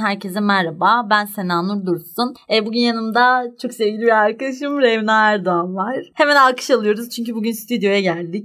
herkese merhaba. Ben Sena Nur Dursun. Bugün yanımda çok sevgili bir arkadaşım Revna Erdoğan var. Hemen alkış alıyoruz çünkü bugün stüdyoya geldik.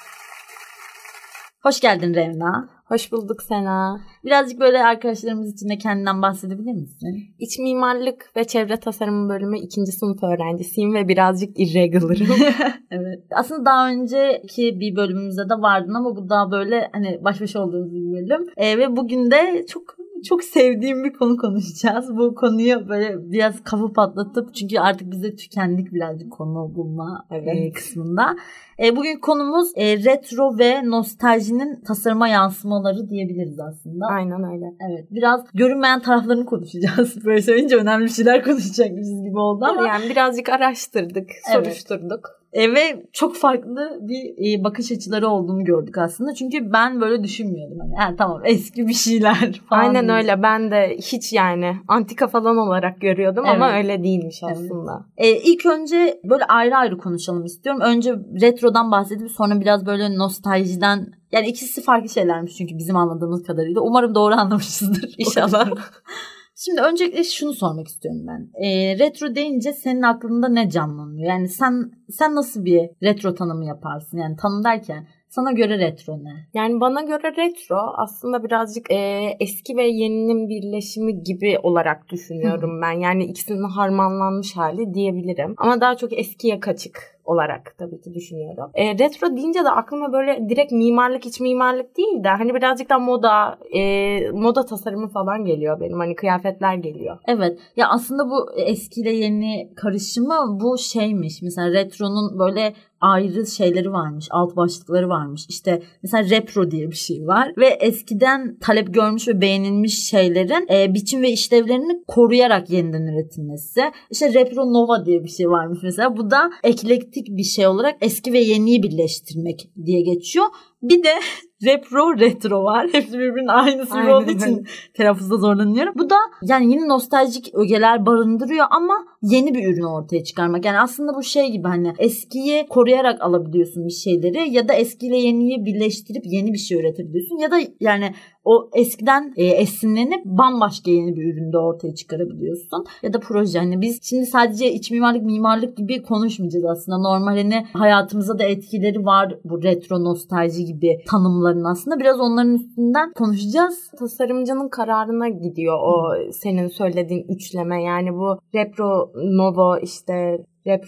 Hoş geldin Revna. Hoş bulduk Sena. Birazcık böyle arkadaşlarımız için de kendinden bahsedebilir misin? İç mimarlık ve çevre tasarımı bölümü 2. sınıf öğrencisiyim ve birazcık irregular'ım. Evet. Aslında daha önceki bir bölümümüzde de vardın ama bu daha böyle hani baş başa olduğumuz bir bölüm. Ve bugün de çok sevdiğim bir konu konuşacağız. Bu konuyu böyle biraz kafa patlatıp çünkü artık biz de tükendik birazcık konu bulma kısmında. Bugün konumuz retro ve nostaljinin tasarıma yansımaları diyebiliriz aslında. Aynen öyle. Evet. Biraz görünmeyen taraflarını konuşacağız. Böyle söyleyince önemli bir şeyler konuşacakmışız gibi oldu ama. Yani birazcık araştırdık, soruşturduk. Ve çok farklı bir bakış açıları olduğunu gördük aslında. Çünkü ben böyle düşünmüyordum. Yani tamam eski bir şeyler falan. Aynen öyle. Ben de hiç yani antika falan olarak görüyordum ama öyle değilmiş aslında. İlk önce böyle ayrı ayrı konuşalım istiyorum. Önce retrodan bahsedip sonra biraz böyle nostaljiden. Yani ikisi farklı şeylermiş çünkü bizim anladığımız kadarıyla. Umarım doğru anlamışızdır inşallah. Şimdi öncelikle şunu sormak istiyorum ben. Retro deyince senin aklında ne canlanıyor? Yani sen nasıl bir retro tanımı yaparsın? Yani tanım derken sana göre retro ne? Yani bana göre retro aslında birazcık eski ve yeninin birleşimi gibi olarak düşünüyorum ben. Yani ikisinin harmanlanmış hali diyebilirim. Ama daha çok eskiye kaçık olarak tabii ki düşünüyorum. Retro deyince de aklıma böyle direkt mimarlık, iç mimarlık değil de hani birazcık da moda tasarımı falan geliyor benim. Hani kıyafetler geliyor. Evet. Ya aslında bu eskiyle yeni karışımı bu şeymiş. Mesela retronun böyle ayrı şeyleri varmış. Alt başlıkları varmış. İşte mesela repro diye bir şey var. Ve eskiden talep görmüş ve beğenilmiş şeylerin biçim ve işlevlerini koruyarak yeniden üretilmesi. İşte repro nova diye bir şey varmış mesela. Bu da eklektik bir şey olarak eski ve yeniyi birleştirmek diye geçiyor. Bir de retro var. Hepsi birbirinin aynısı olduğu için telaffuzda zorlanıyorum. Bu da yani yine nostaljik ögeler barındırıyor ama yeni bir ürün ortaya çıkarmak. Yani aslında bu şey gibi hani eskiyi koruyarak alabiliyorsun bir şeyleri ya da eskiyle yeniyi birleştirip yeni bir şey üretebiliyorsun ya da yani o eskiden esinlenip bambaşka yeni bir üründe ortaya çıkarabiliyorsun. Ya da proje. Hani biz şimdi sadece iç mimarlık gibi konuşmayacağız aslında. Normal hani hayatımıza da etkileri var bu retro nostalji gibi tanımların aslında. Biraz onların üstünden konuşacağız. Tasarımcının kararına gidiyor o senin söylediğin üçleme. Yani bu repro novo işte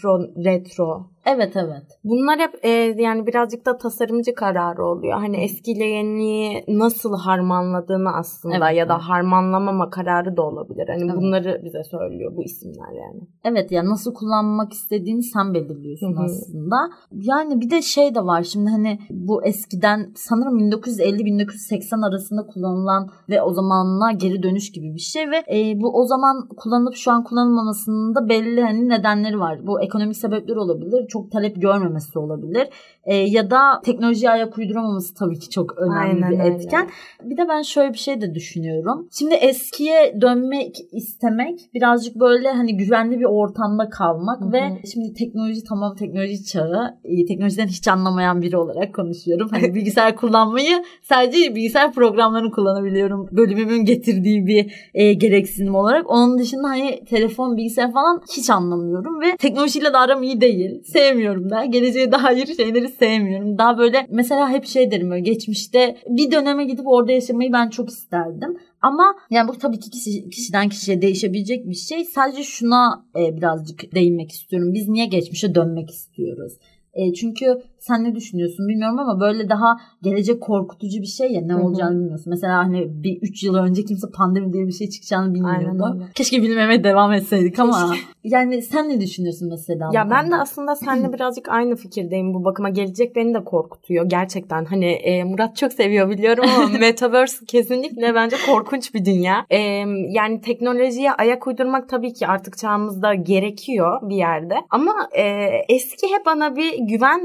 retro. Evet. Bunlar hep yani birazcık da tasarımcı kararı oluyor. Hani eskiyle yeniyi nasıl harmanladığını aslında ya da harmanlamama kararı da olabilir. Hani bunları bize söylüyor bu isimler yani. Evet yani nasıl kullanmak istediğini sen belirliyorsun aslında. Yani bir de şey de var şimdi hani bu eskiden sanırım 1950-1980 arasında kullanılan ve o zamanla geri dönüş gibi bir şey ve bu o zaman kullanılıp şu an kullanılmamasının da belli hani nedenleri var. Bu ekonomik sebepler olabilir. Çok talep görmemesi olabilir. Ya da teknolojiye ayak uyduramaması tabii ki çok önemli bir etken. Öyle. Bir de ben şöyle bir şey de düşünüyorum. Şimdi eskiye dönmek istemek birazcık böyle hani güvenli bir ortamda kalmak ve şimdi teknoloji çağı. Teknolojiden hiç anlamayan biri olarak konuşuyorum. Hani bilgisayar kullanmayı sadece bilgisayar programlarını kullanabiliyorum. Bölümümün getirdiği bir gereksinim olarak. Onun dışında hani telefon, bilgisayar falan hiç anlamıyorum ve teknolojiyle de aram iyi değil. Sevmiyorum da. Geleceğe dair şeyleri sevmiyorum. Daha böyle mesela hep şey derim böyle geçmişte bir döneme gidip orada yaşamayı ben çok isterdim. Ama yani bu tabii ki kişiden kişiye değişebilecek bir şey. Sadece şuna birazcık değinmek istiyorum. Biz niye geçmişe dönmek istiyoruz? Çünkü sen ne düşünüyorsun bilmiyorum ama böyle daha gelecek korkutucu bir şey ya ne olacağını bilmiyorsun. Mesela hani bir 3 yıl önce kimse pandemi diye bir şey çıkacağını bilmiyordu. Keşke bilmemeye devam etseydik ama yani sen ne düşünüyorsun mesela? Ya ben de aslında seninle birazcık aynı fikirdeyim bu bakıma. Gelecek beni de korkutuyor gerçekten. Hani Murat çok seviyor biliyorum ama Metaverse kesinlikle bence korkunç bir dünya. Yani teknolojiye ayak uydurmak tabii ki artık çağımızda gerekiyor bir yerde. Ama eski hep bana bir güven veriyor.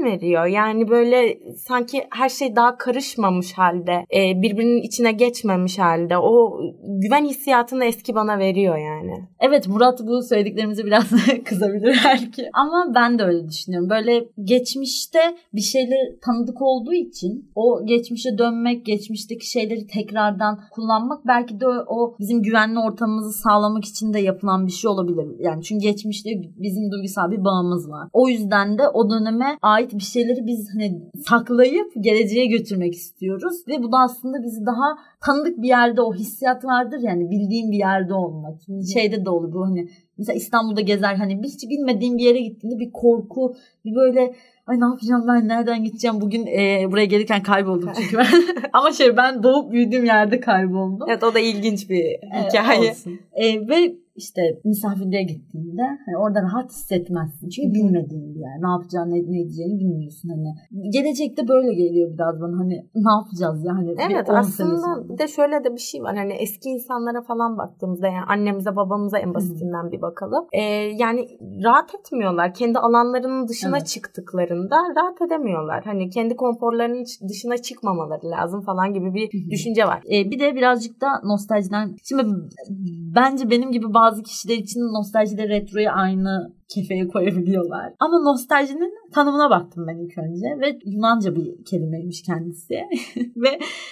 Yani böyle sanki her şey daha karışmamış halde, birbirinin içine geçmemiş halde. O güven hissiyatını eski bana veriyor yani. Evet, Murat bu söylediklerimize biraz kızabilir belki. Ama ben de öyle düşünüyorum. Böyle geçmişte bir şeyler tanıdık olduğu için o geçmişe dönmek, geçmişteki şeyleri tekrardan kullanmak belki de o bizim güvenli ortamımızı sağlamak için de yapılan bir şey olabilir. Yani çünkü geçmişte bizim duygusal bir bağımız var. O yüzden de o döneme ait bir şeyleri biz hani saklayıp geleceğe götürmek istiyoruz ve bu da aslında bizi daha tanıdık bir yerde, o hissiyat vardır yani, bildiğim bir yerde olmak. Şeyde de olur bu, hani mesela İstanbul'da gezer, hani hiç bilmediğim bir yere gittiğinde bir korku, bir böyle ay ne yapacağım ben, nereden gideceğim bugün, buraya gelirken kayboldum çünkü ben. Ama ben doğup büyüdüğüm yerde kayboldum. Evet, o da ilginç bir hikaye. Ve işte misafirliğe gittiğinde hani orada rahat hissetmezsin. Çünkü bilmediğin bir yer. Ne yapacağını, ne edeceğini bilmiyorsun. Hani gelecekte böyle geliyor biraz bana, hani ne yapacağız ya hani. Evet, aslında bir de şöyle de bir şey var. Hani eski insanlara falan baktığımızda, yani annemize babamıza en basitinden bir bakalım. Yani rahat etmiyorlar. Kendi alanlarının dışına çıktıklarında rahat edemiyorlar. Hani kendi konforlarının dışına çıkmamaları lazım falan gibi bir düşünce var. Bir de birazcık da nostaljiden. Şimdi bence benim gibi bazı kişiler için nostaljiyle retroyu aynı kefeye koyabiliyorlar. Ama nostaljinin tanımına baktım ben ilk önce ve Yunanca bir kelimeymiş kendisi. Ve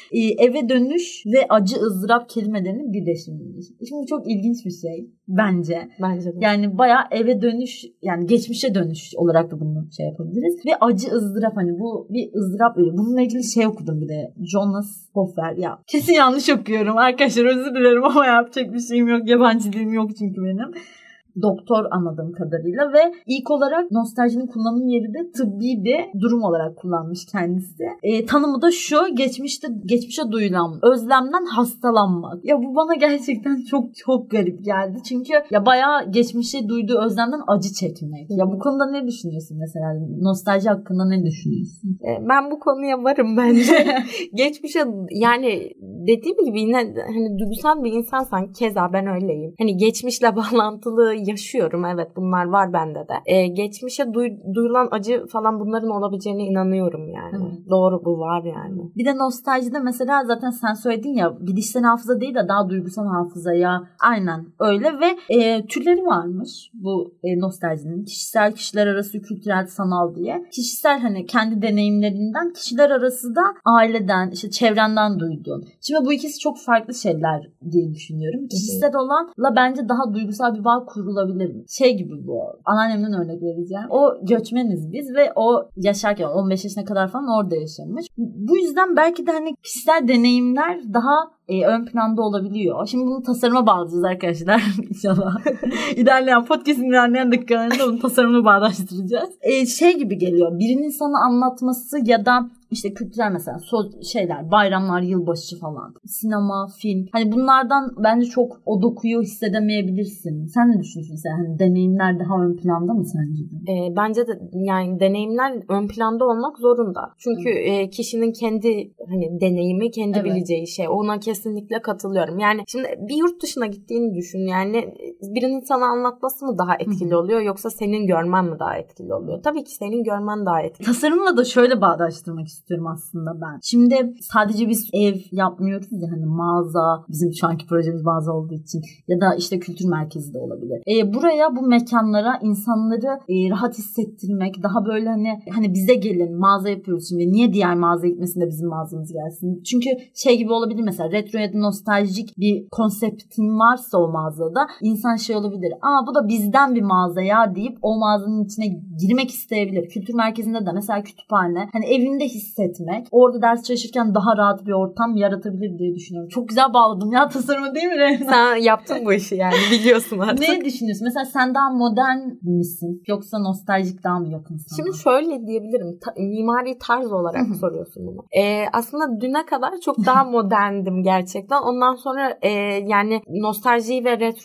eve dönüş ve acı ızdırap kelimelerinin birleşimiymiş. Şimdi bu çok ilginç bir şey bence. Bence de. Yani bayağı eve dönüş, yani geçmişe dönüş olarak da bunu yapabiliriz. Ve acı ızdırap, hani bu bir ızdırap öyle. Bununla ilgili okudum bir de. Jonas Hofer. Ya kesin yanlış okuyorum arkadaşlar, özür dilerim ama yapacak bir şeyim yok. Yabancı dilim yok çünkü benim. Doktor anladığım kadarıyla ve ilk olarak nostaljinin kullanım yeri de tıbbi bir durum olarak kullanmış kendisi. Tanımı da şu: geçmişe duyulan özlemden hastalanmak. Ya bu bana gerçekten çok çok garip geldi. Çünkü ya bayağı geçmişe duyduğu özlemden acı çekmek. Ya bu konuda ne düşünüyorsun mesela? Nostalji hakkında ne düşünüyorsun? Ben bu konuya varım bence. Geçmişe, yani dediğim gibi yine hani duygusal bir insansan, keza ben öyleyim. Hani geçmişle bağlantılı yaşıyorum. Evet, bunlar var bende de. Geçmişe duyulan acı falan, bunların olabileceğine inanıyorum yani. Doğru, bu var yani. Bir de nostaljide mesela zaten sen söyledin ya, bilişsel hafıza değil de daha duygusal hafıza, ya aynen öyle ve türleri varmış bu nostaljinin. Kişisel, kişiler arası, kültürel, sanal diye. Kişisel hani kendi deneyimlerinden, kişiler arası da aileden, işte çevrenden duyduğun. Şimdi bu ikisi çok farklı şeyler diye düşünüyorum. Kişisel olanla bence daha duygusal bir bağ kurulabilir. Gibi bu. Anneannemden örnek vereceğim. O göçmeniz biz ve o yaşarken 15 yaşına kadar falan orada yaşamış. Bu yüzden belki de hani kişisel deneyimler daha ön planda olabiliyor. Şimdi bunu tasarıma bağlayacağız arkadaşlar inşallah. Podcast'in ilerleyen dakikalarında bunu tasarımla bağdaştıracağız. Gibi geliyor. Birinin sana anlatması ya da işte kültürel mesela şeyler, bayramlar, yılbaşı falan, sinema, film. Hani bunlardan bence çok o dokuyu hissedemeyebilirsin. Sen ne düşünüyorsun mesela? Hani deneyimler daha ön planda mı sence de? Bence de yani deneyimler ön planda olmak zorunda. Çünkü kişinin kendi hani deneyimi, kendi bileceği şey. Ona kesinlikle katılıyorum. Yani şimdi bir yurt dışına gittiğini düşün. Yani birinin sana anlatması mı daha etkili oluyor, yoksa senin görmen mi daha etkili oluyor? Tabii ki senin görmen daha etkili. Tasarımla da şöyle bağdaştırmak istiyorum aslında ben. Şimdi sadece biz ev yapmıyoruz ya, hani mağaza, bizim şu anki projemiz mağaza olduğu için, ya da işte kültür merkezi de olabilir. Buraya, bu mekanlara insanları rahat hissettirmek, daha böyle hani bize gelin, mağaza yapıyoruz şimdi, niye diğer mağaza gitmesin de bizim mağazamız gelsin? Çünkü gibi olabilir mesela, retro ya da nostaljik bir konseptin varsa o mağazada, insan olabilir. Bu da bizden bir mağaza ya deyip o mağazanın içine girmek isteyebilir. Kültür merkezinde de mesela kütüphane, hani evinde hissetmek, orada ders çalışırken daha rahat bir ortam yaratabilir diye düşünüyorum. Çok güzel bağladım ya tasarımı, değil mi? Sen yaptın bu işi yani, biliyorsun artık. Ne düşünüyorsun? Mesela sen daha modern misin? Yoksa nostaljik daha mı yakınsın? Şimdi şöyle diyebilirim. Mimari tarz olarak soruyorsun bunu. Aslında düne kadar çok daha moderndim gerçekten. Ondan sonra yani nostaljiyi ve retroyu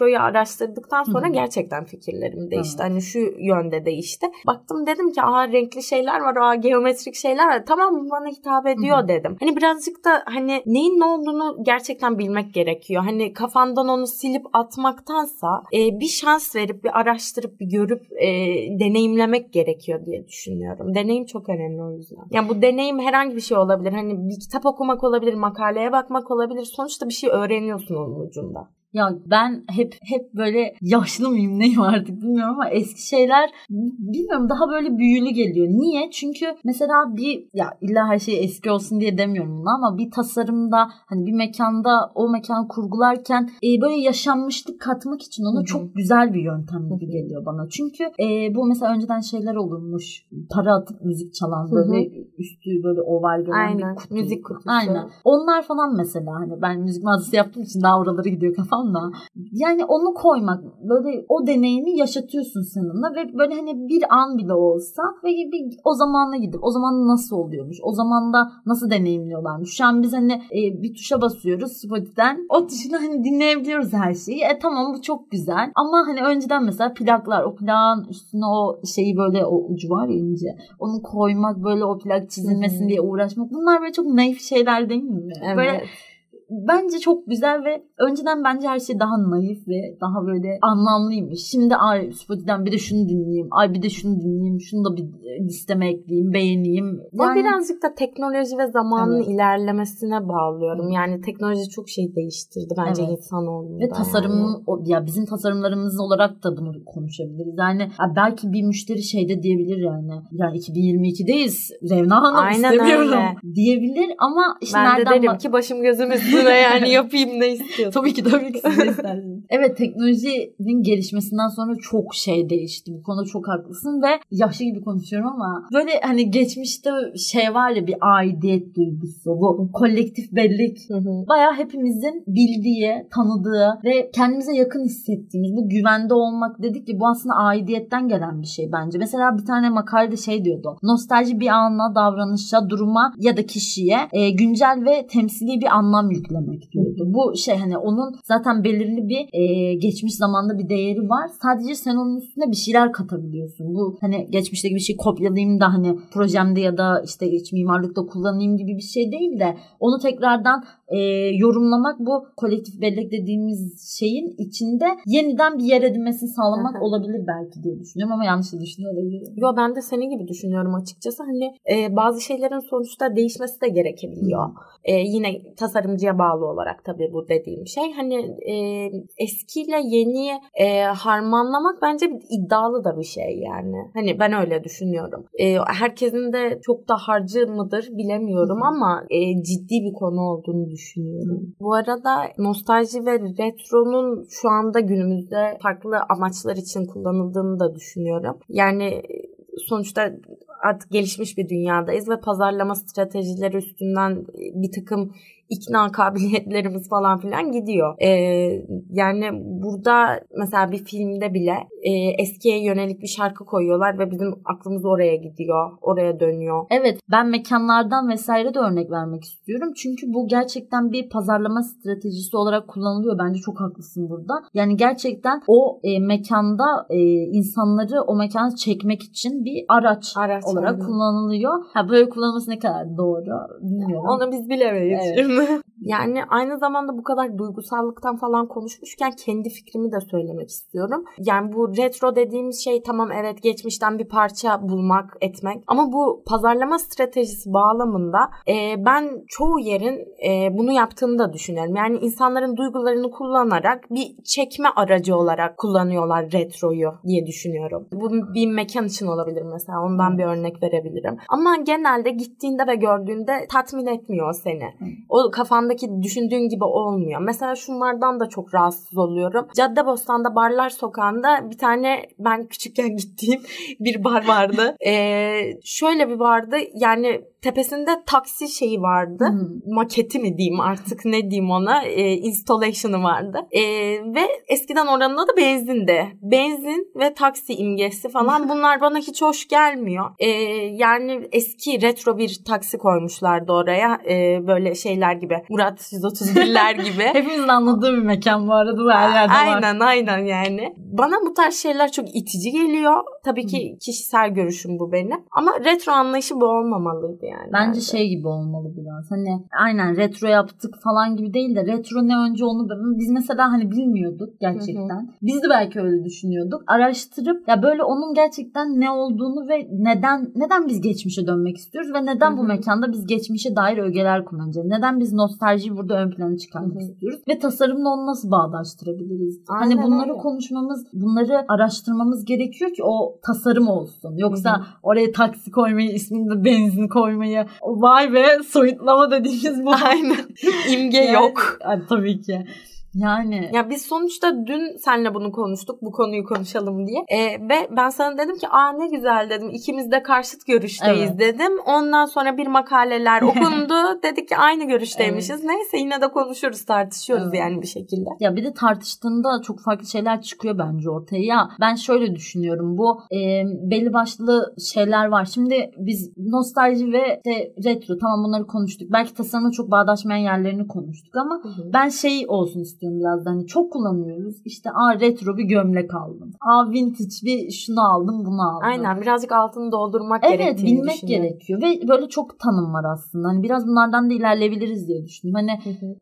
araştırdıktan sonra gerçekten fikirlerim değişti. Hani şu yönde değişti. Baktım dedim ki renkli şeyler var, geometrik şeyler var. Tamam, bu bana hitap ediyor dedim. Hani birazcık da hani neyin ne olduğunu gerçekten bilmek gerekiyor. Hani kafandan onu silip atmaktansa bir şans verip bir araştırıp bir görüp deneyimlemek gerekiyor diye düşünüyorum. Deneyim çok önemli o yüzden. Yani bu deneyim herhangi bir şey olabilir. Hani bir kitap okumak olabilir, makaleye bakmak olabilir. Sonuçta bir şey öğreniyorsun onun ucunda. Ya ben hep böyle yaşlı mıyım neyim artık bilmiyorum ama eski şeyler bilmiyorum daha böyle büyülü geliyor. Niye? Çünkü mesela ya illa her şey eski olsun diye demiyorum bunu ama bir tasarımda hani bir mekanda o mekanı kurgularken böyle yaşanmışlık katmak için ona çok güzel bir yöntem gibi geliyor bana. Çünkü bu mesela önceden şeyler olurmuş. Para atıp müzik çalan böyle üstü böyle oval gelen bir kutu. Müzik kutusu. Aynen. Onlar falan mesela hani ben müzik mağazası yaptığım için daha oralara gidiyor kafam. Yani onu koymak böyle o deneyimi yaşatıyorsun seninle ve böyle hani bir an bile olsa ve o zamanla gidip o zaman nasıl oluyormuş, o zaman da nasıl deneyimliyorlarmış. Şu an biz hani bir tuşa basıyoruz Spotify'den, o tuşla hani dinleyebiliyoruz her şeyi. Tamam, bu çok güzel ama hani önceden mesela plaklar, o plağın üstüne o şeyi böyle o ucu var ya ince, onu koymak, böyle o plak çizilmesin diye uğraşmak, bunlar böyle çok naif şeyler değil mi? Evet. Böyle bence çok güzel ve önceden bence her şey daha naif ve daha böyle anlamlıymış. Şimdi Spotify'dan bir de şunu dinleyeyim, bir de şunu dinleyeyim, şunu da bir listeme ekleyeyim, beğeneyim. Yani, o birazcık da teknoloji ve zamanın ilerlemesine bağlıyorum. Yani teknoloji çok şey değiştirdi bence insanoğlunu. Ve tasarım ya bizim tasarımlarımız olarak da bunu konuşabiliriz. Yani belki bir müşteri şeyde diyebilir yani 2022'deyiz. Revna Hanım istemiyorum diyebilir ama işte ben de derim ki başım gözüm üstüne yani yapayım ne istiyorsun. Tabii ki siz ne istersiniz. Evet, teknolojinin gelişmesinden sonra çok şey değişti. Bu konuda çok haklısın ve yaşlı gibi konuşuyorum ama böyle hani geçmişte şey var ya, bir aidiyet duygusu, bu kolektif bellek. Bayağı hepimizin bildiği, tanıdığı ve kendimize yakın hissettiğimiz bu güvende olmak dedik ki bu aslında aidiyetten gelen bir şey bence. Mesela bir tane makalede şey diyordu. Nostalji bir ana, davranışa, duruma ya da kişiye güncel ve temsili bir anlam yüklemek diyordu. Bu şey hani onun zaten belirli bir geçmiş zamanda bir değeri var. Sadece sen onun üstüne bir şeyler katabiliyorsun. Bu hani geçmişteki bir şey kopyalayayım da hani projemde ya da işte iç mimarlıkta kullanayım gibi bir şey değil de onu tekrardan yorumlamak, bu kolektif bellek dediğimiz şeyin içinde yeniden bir yer edinmesini sağlamak olabilir belki diye düşünüyorum ama yanlış düşünüyor olabilirim. Yo, ben de senin gibi düşünüyorum açıkçası. Hani bazı şeylerin sonuçta değişmesi de gerekebiliyor. Yine tasarımcıya bağlı olarak tabii bu dediğim şey. Hani eskiyle yeniyi harmanlamak bence iddialı da bir şey yani. Hani ben öyle düşünüyorum. Herkesin de çok da harcı mıdır bilemiyorum ama ciddi bir konu olduğunu düşünüyorum. Bu arada nostalji ve retronun şu anda günümüzde farklı amaçlar için kullanıldığını da düşünüyorum. Yani sonuçta artık gelişmiş bir dünyadayız ve pazarlama stratejileri üstünden bir takım ikna kabiliyetlerimiz falan filan gidiyor. Yani burada mesela bir filmde bile eskiye yönelik bir şarkı koyuyorlar ve bizim aklımız oraya gidiyor, oraya dönüyor. Evet, ben mekanlardan vesaire de örnek vermek istiyorum. Çünkü bu gerçekten bir pazarlama stratejisi olarak kullanılıyor. Bence çok haklısın burada. Yani gerçekten o mekanda insanları o mekana çekmek için bir araç olarak kullanılıyor. Böyle kullanılması ne kadar doğru bilmiyorum. Onu biz bilemeyiz şimdi. Yani aynı zamanda bu kadar duygusallıktan falan konuşmuşken kendi fikrimi de söylemek istiyorum. Yani bu retro dediğimiz şey tamam, evet, geçmişten bir parça bulmak, etmek. Ama bu pazarlama stratejisi bağlamında ben çoğu yerin bunu yaptığını da düşünüyorum. Yani insanların duygularını kullanarak bir çekme aracı olarak kullanıyorlar retroyu diye düşünüyorum. Bu bir mekan için olabilir mesela. Ondan bir örnek verebilirim. Ama genelde gittiğinde ve gördüğünde tatmin etmiyor seni. O kafandaki düşündüğün gibi olmuyor. Mesela şunlardan da çok rahatsız oluyorum. Caddebostan'da Barlar Sokağı'nda bir tane ben küçükken gittiğim bir bar vardı. Şöyle bir bardı. Yani tepesinde taksi şeyi vardı. Maketi mi diyeyim artık, ne diyeyim ona, installation'ı vardı. Ve eskiden oranın adı benzindi. Benzin ve taksi imgesi falan, bunlar bana hiç hoş gelmiyor. Yani eski retro bir taksi koymuşlardı oraya. Böyle şeyler gibi. Murat 131'ler gibi. Hepimizin anladığı bir mekan bu arada. Bu her yerde var. Aynen yani. Bana bu tarz şeyler çok itici geliyor. Tabii ki kişisel görüşüm bu benim. Ama retro anlayışı bu olmamalıydı yani. Bence şey gibi olmalı biraz. Hani aynen retro yaptık falan gibi değil de retro ne önce onu biz mesela hani bilmiyorduk gerçekten. Biz de belki öyle düşünüyorduk. Araştırıp ya böyle onun gerçekten ne olduğunu ve neden biz geçmişe dönmek istiyoruz ve neden bu mekanda biz geçmişe dair ögeler kullanacağız. Neden biz nostaljiyi burada ön plana çıkarmak istiyoruz ve tasarımla onu nasıl bağdaştırabiliriz? Aynen hani bunları öyle. konuşmamız, bunları araştırmamız gerekiyor ki o tasarım olsun. Yoksa oraya taksi koymayı, isminde benzin koymayı, vay be soyutlama dediğimiz bu. Aynen. İmge yani, yok. Tabii ki. Yani. Ya biz sonuçta dün seninle bunu konuştuk. Bu konuyu konuşalım diye. Ve ben sana dedim ki ne güzel dedim. İkimiz de karşıt görüşteyiz dedim. Ondan sonra bir makaleler okundu. Dedik ki aynı görüşteymişiz. Neyse yine de konuşuruz, tartışıyoruz yani bir şekilde. Ya bir de tartıştığında çok farklı şeyler çıkıyor bence ortaya. Ya ben şöyle düşünüyorum. Bu belli başlı şeyler var. Şimdi biz nostalji ve retro, tamam bunları konuştuk. Belki tasarımla çok bağdaşmayan yerlerini konuştuk ama ben şey olsun istiyorum biraz da, hani çok kullanıyoruz. İşte retro bir gömlek aldım. Vintage bir şunu aldım, bunu aldım. Aynen, birazcık altını doldurmak gerektiğini düşünüyorum. Evet, bilmek gerekiyor ve böyle çok tanım var aslında. Hani biraz bunlardan da ilerleyebiliriz diye düşündüm. Hani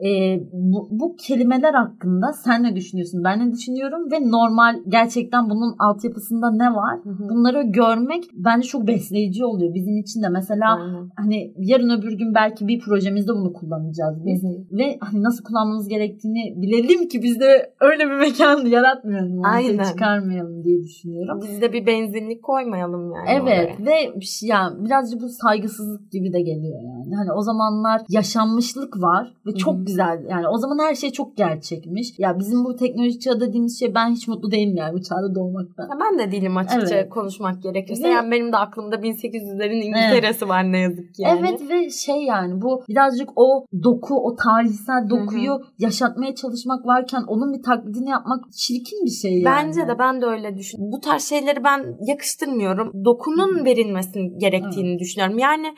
bu kelimeler hakkında sen ne düşünüyorsun? Ben ne düşünüyorum ve normal gerçekten bunun altyapısında ne var? Bunları görmek bence çok besleyici oluyor bizim için de. Mesela hani yarın öbür gün belki bir projemizde bunu kullanacağız biz. Ve hani nasıl kullanmamız gerektiğini bilelim ki biz de öyle bir mekan yaratmayalım. Aynen. Çıkarmayalım diye düşünüyorum. Biz de bir benzinlik koymayalım yani. Evet oraya. Ve ya birazcık bu saygısızlık gibi de geliyor yani. Hani o zamanlar yaşanmışlık var ve çok güzel. Yani o zaman her şey çok gerçekmiş. Ya bizim bu teknoloji çağı dediğimiz şey, ben hiç mutlu değilim yani bu çağda doğmaktan. Ya ben de değilim açıkça konuşmak gerekirse. Yani benim de aklımda 1800'lerin İngiltere'si var ne yazık ki yani. Evet ve yani bu birazcık o doku, o tarihsel dokuyu yaşatmaya çalışmak varken onun bir taklidini yapmak çirkin bir şey yani. Bence de, ben de öyle düşünüyorum. Bu tarz şeyleri ben yakıştırmıyorum. Dokunun verilmesini gerektiğini düşünüyorum. Yani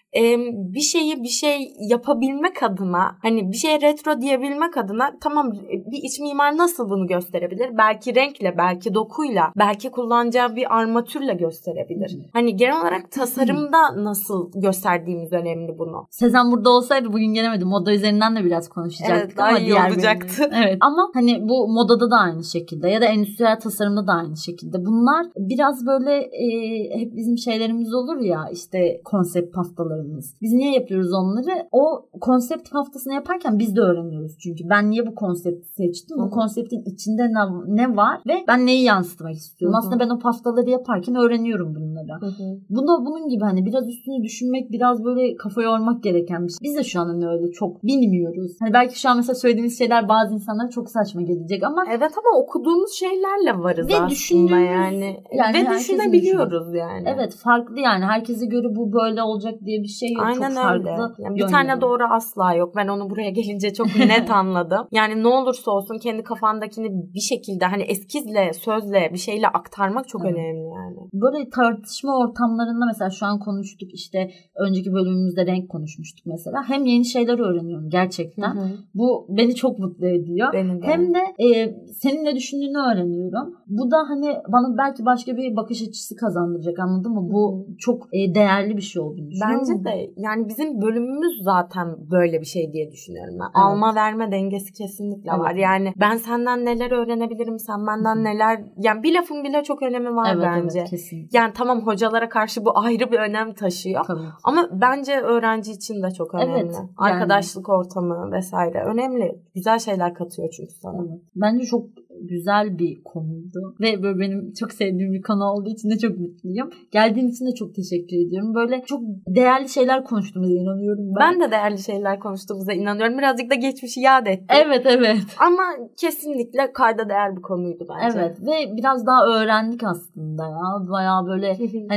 bir şey yapabilmek adına, hani bir şeye retro diyebilmek adına, tamam bir iç mimar nasıl bunu gösterebilir? Belki renkle, belki dokuyla, belki kullanacağı bir armatürle gösterebilir. Hani genel olarak tasarımda nasıl gösterdiğimiz önemli bunu. Sezen burada olsaydı bugün gelemedi. Moda üzerinden de biraz konuşacaktık. Evet, daha iyi olacaktı. Evet. Ama hani bu modada da aynı şekilde ya da endüstriyel tasarımda da aynı şekilde. Bunlar biraz böyle hep bizim şeylerimiz olur ya, işte konsept haftaları. Biz niye yapıyoruz onları? O konsept haftasını yaparken biz de öğreniyoruz çünkü. Ben niye bu konsepti seçtim? Bu konseptin içinde ne var ve ben neyi yansıtmak istiyorum? Aslında ben o haftaları yaparken öğreniyorum bunları. Bu da bunun gibi, hani biraz üstüne düşünmek, biraz böyle kafa yormak gereken bir şey. Biz de şu an hani öyle çok bilmiyoruz. Hani belki şu an mesela söylediğimiz şeyler bazı insanlara çok saçma gelecek ama evet, ama okuduğumuz şeylerle varız ve aslında yani ve düşünebiliyoruz yani. Evet, farklı yani. Herkese göre bu böyle olacak diye bir şey yok. Aynen çok farklı. Yani bir tane doğru asla yok. Ben onu buraya gelince çok net anladım. Yani ne olursa olsun kendi kafandakini bir şekilde hani eskizle, sözle bir şeyle aktarmak çok önemli yani. Böyle tartışma ortamlarında mesela şu an konuştuk, işte önceki bölümümüzde renk konuşmuştuk mesela. Hem yeni şeyler öğreniyorum gerçekten. Bu beni çok mutlu ediyor. Hem de senin ne düşündüğünü öğreniyorum. Bu da hani bana belki başka bir bakış açısı kazandıracak, anladın mı? Bu çok değerli bir şey olduğunu düşünüyorum. Bence de yani bizim bölümümüz zaten böyle bir şey diye düşünüyorum ben. Evet. Alma verme dengesi kesinlikle var. Yani ben senden neler öğrenebilirim, sen benden neler, yani bir lafın bile çok önemi var bence. Evet, kesinlikle. Yani tamam, hocalara karşı bu ayrı bir önem taşıyor. Tabii. Ama bence öğrenci için de çok önemli. Evet, yani. Arkadaşlık ortamı vesaire önemli. Güzel şeyler katıyor çünkü sana. Evet. Bence çok güzel bir konuydu. Ve böyle benim çok sevdiğim bir konu olduğu için de çok mutluyum. Geldiğin için de çok teşekkür ediyorum. Böyle çok değerli şeyler konuştuğumuza inanıyorum ben. Ben de değerli şeyler konuştuğumuza inanıyorum. Birazcık da geçmişi yad ettim. Evet. Ama kesinlikle kayda değer bir konuydu bence. Evet ve biraz daha öğrendik aslında ya. Bayağı böyle hani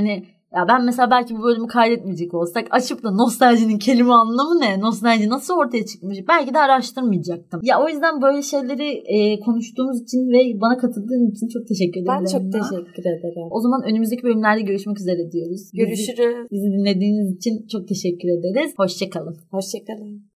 Ya ben mesela belki bu bölümü kaydetmeyecek olsak açıp da nostaljinin kelime anlamı ne? Nostalji nasıl ortaya çıkmış? Belki de araştırmayacaktım. Ya o yüzden böyle şeyleri konuştuğumuz için ve bana katıldığın için çok teşekkür ederim. Ben çok teşekkür ederim. O zaman önümüzdeki bölümlerde görüşmek üzere diyoruz. Görüşürüz. Bizi dinlediğiniz için çok teşekkür ederiz. Hoşça kalın. Hoşça kalın.